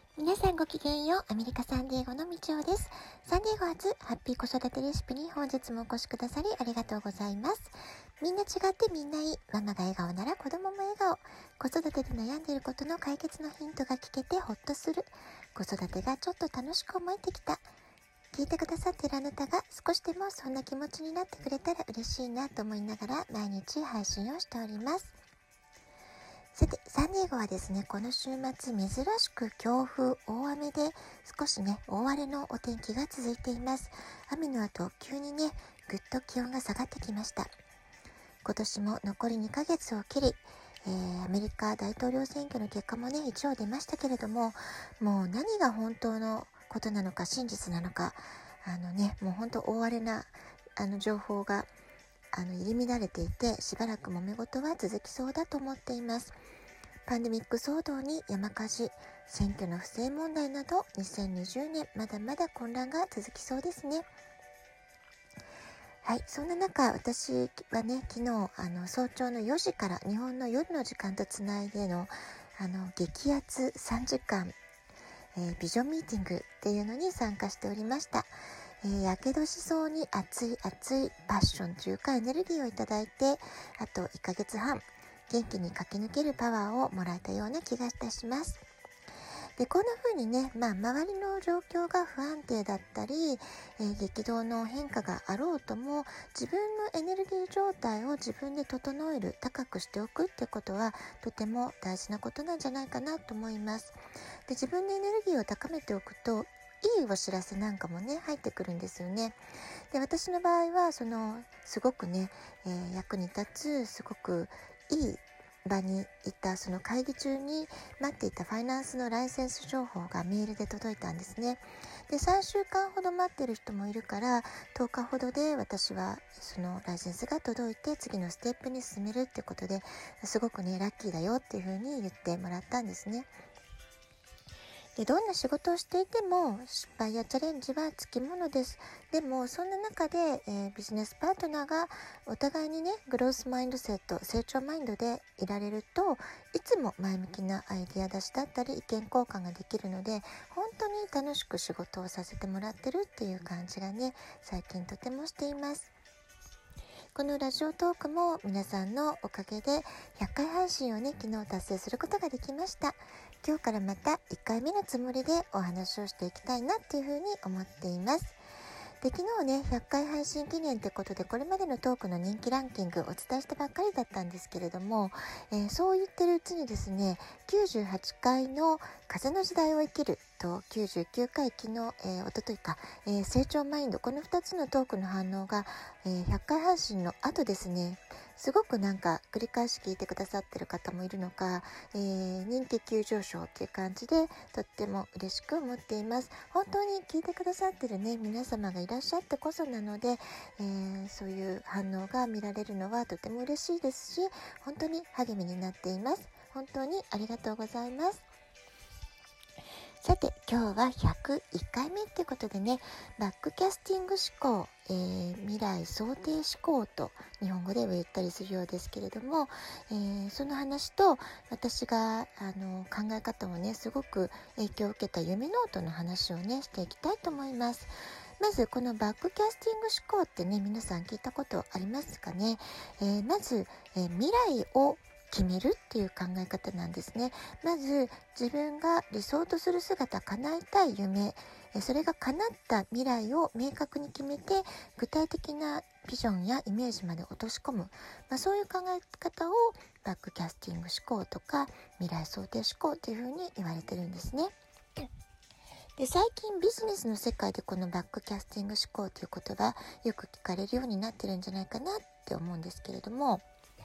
皆さんごきげんよう。アメリカサンディエゴのみちおです。サンディエゴ発ハッピー子育てレシピに本日もお越しくださりありがとうございます。みんな違ってみんないい。ママが笑顔なら子供も笑顔。子育てで悩んでいることの解決のヒントが聞けてほっとする。子育てがちょっと楽しく思えてきた。聞いてくださっているあなたが少しでもそんな気持ちになってくれたら嬉しいなと思いながら毎日配信をしております。さて、サンディエゴはですね、この週末珍しく強風、大雨で少しね、大荒れのお天気が続いています。雨の後、急にね、ぐっと気温が下がってきました。今年も残り2ヶ月を切り、アメリカ大統領選挙の結果もね、一応出ましたけれども、もう何が本当のことなのか、真実なのか、もう本当大荒れな情報が入り乱れていて、しばらく揉め事は続きそうだと思っています。パンデミック騒動に山火事、選挙の不正問題など2020年まだまだ混乱が続きそうですね。はい、そんな中、私はね、昨日早朝の4時から日本の夜の時間とつないでの激アツ3時間、ビジョンミーティングっていうのに参加しておりました。やけどしそうに熱いパッションというかエネルギーをいただいて、あと1ヶ月半元気に駆け抜けるパワーをもらえたような気がいたします。で、こんな風にね、周りの状況が不安定だったり、激動の変化があろうとも、自分のエネルギー状態を自分で整える、高くしておくってことはとても大事なことなんじゃないかなと思います。で、自分のエネルギーを高めておくと、いいお知らせなんかもね、入ってくるんですよね。で、私の場合は、すごくね、役に立つ、すごくいい場にいた、その会議中に待っていたファイナンスのライセンス情報がメールで届いたんですね。で、3週間ほど待ってる人もいるから、10日ほどで私はそのライセンスが届いて次のステップに進めるってことで、すごくね、ラッキーだよっていうふうに言ってもらったんですね。で、どんな仕事をしていても失敗やチャレンジはつきものです。でもそんな中で、ビジネスパートナーがお互いにね、グロースマインドセット、成長マインドでいられると、いつも前向きなアイデア出しだったり意見交換ができるので、本当に楽しく仕事をさせてもらってるっていう感じがね、最近とてもしています。このラジオトークも皆さんのおかげで100回配信をね、昨日達成することができました。今日からまた1回目のつもりでお話をしていきたいなっていうふうに思っています。で、昨日ね、100回配信記念ってことで、これまでのトークの人気ランキングお伝えしたばっかりだったんですけれども、そう言ってるうちにですね、98回の風の時代を生きると、99回昨日、おとといか、成長マインド、この2つのトークの反応が、100回配信の後ですね、すごく繰り返し聞いてくださってる方もいるのか、人気急上昇っていう感じでとっても嬉しく思っています。本当に聞いてくださってるね、皆様がいらっしゃってこそなので、そういう反応が見られるのはとても嬉しいですし、本当に励みになっています。本当にありがとうございます。さて、今日は101回目ってことでね、バックキャスティング思考、未来想定思考と日本語では言ったりするようですけれども、その話と私が考え方をね、すごく影響を受けた夢ノートの話をね、していきたいと思います。まずこのバックキャスティング思考ってね、皆さん聞いたことありますかね。まず、未来を決めるっていう考え方なんですね。まず自分が理想とする姿、叶えたい夢、それが叶った未来を明確に決めて、具体的なビジョンやイメージまで落とし込む、そういう考え方をバックキャスティング思考とか未来想定思考というふうに言われてるんですね。で、最近ビジネスの世界でこのバックキャスティング思考という言葉よく聞かれるようになってるんじゃないかなって思うんですけれども、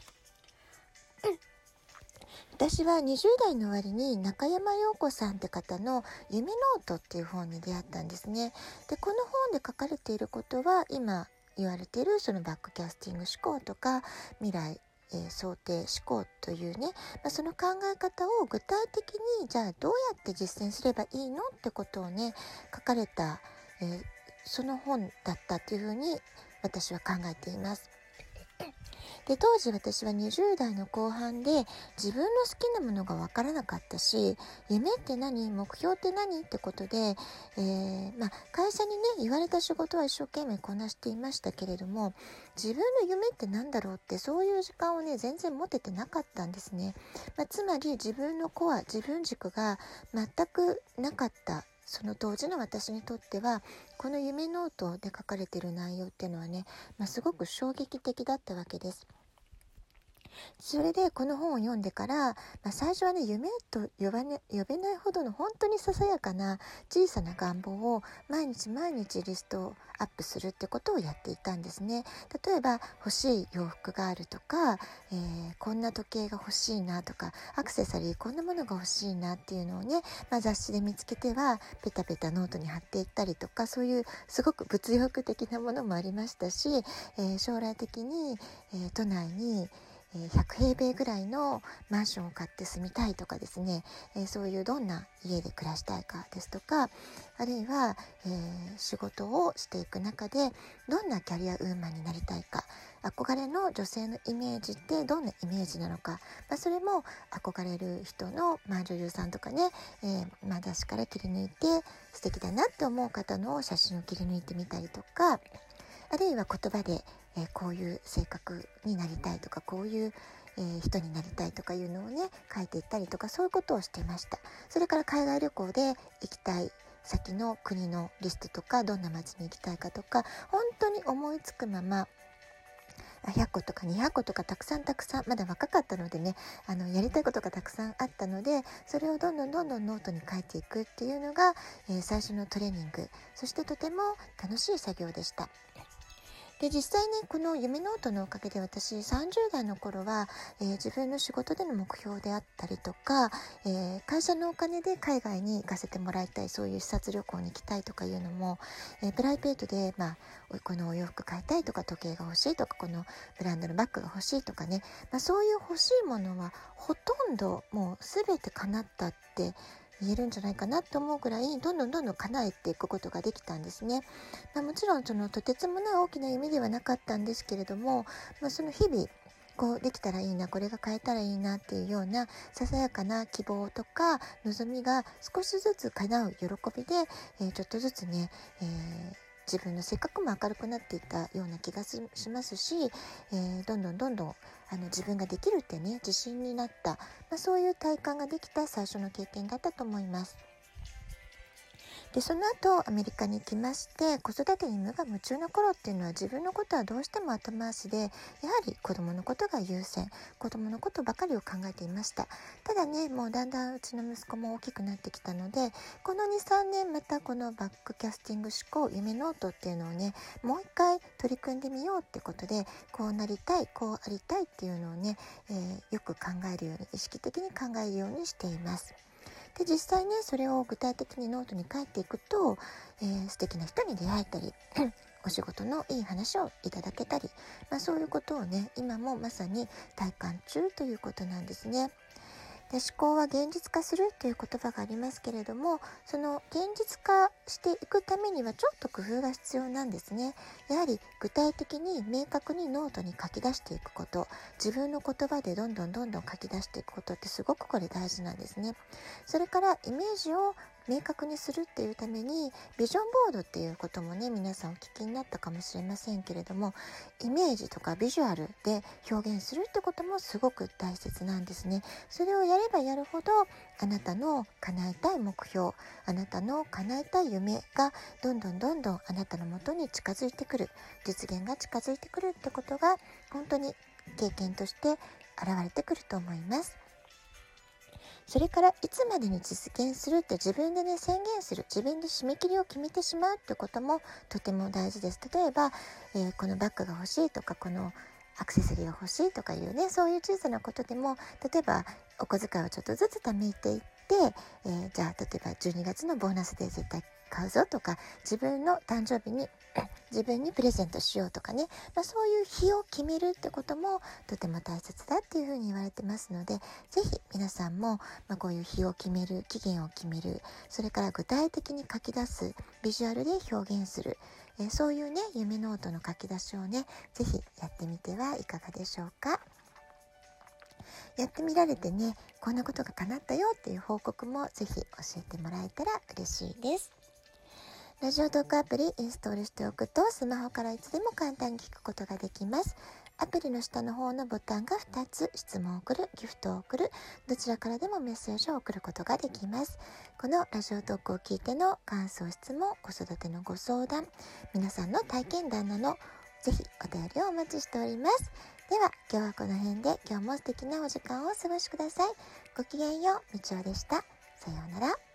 私は20代の終わりに中山陽子さんって方の夢ノートっていう本に出会ったんですね。で、この本で書かれていることは今言われているそのバックキャスティング思考とか未来、想定思考というね、その考え方を具体的にじゃあどうやって実践すればいいのってことをね、書かれた、その本だったっていうふうに私は考えています。 で、当時私は20代の後半で自分の好きなものが分からなかったし、夢って何、目標って何ってことで、会社にね言われた仕事は一生懸命こなしていましたけれども、自分の夢って何だろうって、そういう時間をね全然持ててなかったんですね。つまり自分のコア、自分軸が全くなかった、その当時の私にとっては、この夢ノートで書かれている内容っていうのはね、すごく衝撃的だったわけです。それでこの本を読んでから、最初はね夢と呼べないほどの本当にささやかな小さな願望を毎日毎日リストアップするってことをやっていたんですね。例えば欲しい洋服があるとか、こんな時計が欲しいなとか、アクセサリーこんなものが欲しいなっていうのをね、雑誌で見つけてはペタペタノートに貼っていったりとか、そういうすごく物欲的なものもありましたし、将来的に、都内に100平米ぐらいのマンションを買って住みたいとかですね、そういうどんな家で暮らしたいかですとか、あるいは、仕事をしていく中でどんなキャリアウーマンになりたいか、憧れの女性のイメージってどんなイメージなのか、それも憧れる人の、女優さんとかね、雑誌から切り抜いて素敵だなって思う方の写真を切り抜いてみたりとか、あるいは言葉で、こういう性格になりたいとか、こういう、人になりたいとかいうのをね書いていったりとか、そういうことをしていました。それから海外旅行で行きたい先の国のリストとか、どんな街に行きたいかとか、本当に思いつくまま100個とか200個とかたくさんまだ若かったのでね、やりたいことがたくさんあったので、それをどんどんノートに書いていくっていうのが、最初のトレーニング、そしてとても楽しい作業でした。で、実際ねこの夢ノートのおかげで私30代の頃は、自分の仕事での目標であったりとか、会社のお金で海外に行かせてもらいたい、そういう視察旅行に行きたいとかいうのも、プライベートで、このお洋服買いたいとか、時計が欲しいとか、このブランドのバッグが欲しいとかね、そういう欲しいものはほとんどもう全て叶ったって言えるんじゃないかなと思うぐらい、どんどん叶えていくことができたんですね。もちろんそのとてつもない大きな夢ではなかったんですけれども、その日々こうできたらいいな、これが変えたらいいなっていうようなささやかな希望とか望みが少しずつ叶う喜びで、ちょっとずつね、自分の性格も明るくなっていったような気がしますし、どんどん自分ができるってね自信になった、そういう体感ができた最初の経験だったと思います。で、その後アメリカに行きまして、子育てに無我夢中の頃っていうのは自分のことはどうしても後回しで、やはり子供のことが優先、子供のことばかりを考えていました。ただね、もうだんだんうちの息子も大きくなってきたので、この 2,3 年またこのバックキャスティング思考夢ノートっていうのをねもう一回取り組んでみようってことで、こうなりたい、こうありたいっていうのをね、よく考えるように、意識的に考えるようにしています。で、実際ねそれを具体的にノートに書いていくと、素敵な人に出会えたりお仕事のいい話をいただけたり、そういうことをね今もまさに体感中ということなんですね。で、思考は現実化するという言葉がありますけれども、その現実化していくためにはちょっと工夫が必要なんですね。やはり具体的に明確にノートに書き出していくこと、自分の言葉でどんどん書き出していくことってすごくこれ大事なんですね。それからイメージを明確にするっていうためにビジョンボードっていうこともね皆さんお聞きになったかもしれませんけれども、イメージとかビジュアルで表現するってこともすごく大切なんですね。それをやればやるほどあなたの叶えたい目標、あなたの叶えたい夢がどんどんあなたのもとに近づいてくる、実現が近づいてくるってことが本当に経験として現れてくると思います。それからいつまでに実現するって自分でね宣言する、自分で締め切りを決めてしまうってこともとても大事です。例えば、このバッグが欲しいとか、このアクセサリーが欲しいとかいうね、そういう小さなことでも、例えばお小遣いをちょっとずつ貯めていって、じゃあ例えば12月のボーナスで絶対買うぞとか、自分の誕生日に自分にプレゼントしようとかね、そういう日を決めるってこともとても大切だっていうふうに言われてますので、ぜひ皆さんも、こういう日を決める、期限を決める、それから具体的に書き出す、ビジュアルで表現する、 そういうね夢ノートの書き出しをねぜひやってみてはいかがでしょうか。やってみられてねこんなことが叶ったよっていう報告もぜひ教えてもらえたら嬉しいです。ラジオトークアプリインストールしておくとスマホからいつでも簡単に聞くことができます。アプリの下の方のボタンが2つ、質問を送る、ギフトを送る、どちらからでもメッセージを送ることができます。このラジオトークを聞いての感想、質問、子育てのご相談、皆さんの体験談などぜひお便りをお待ちしております。では今日はこの辺で、今日も素敵なお時間をお過ごしください。ごきげんよう、みちおでした。さようなら。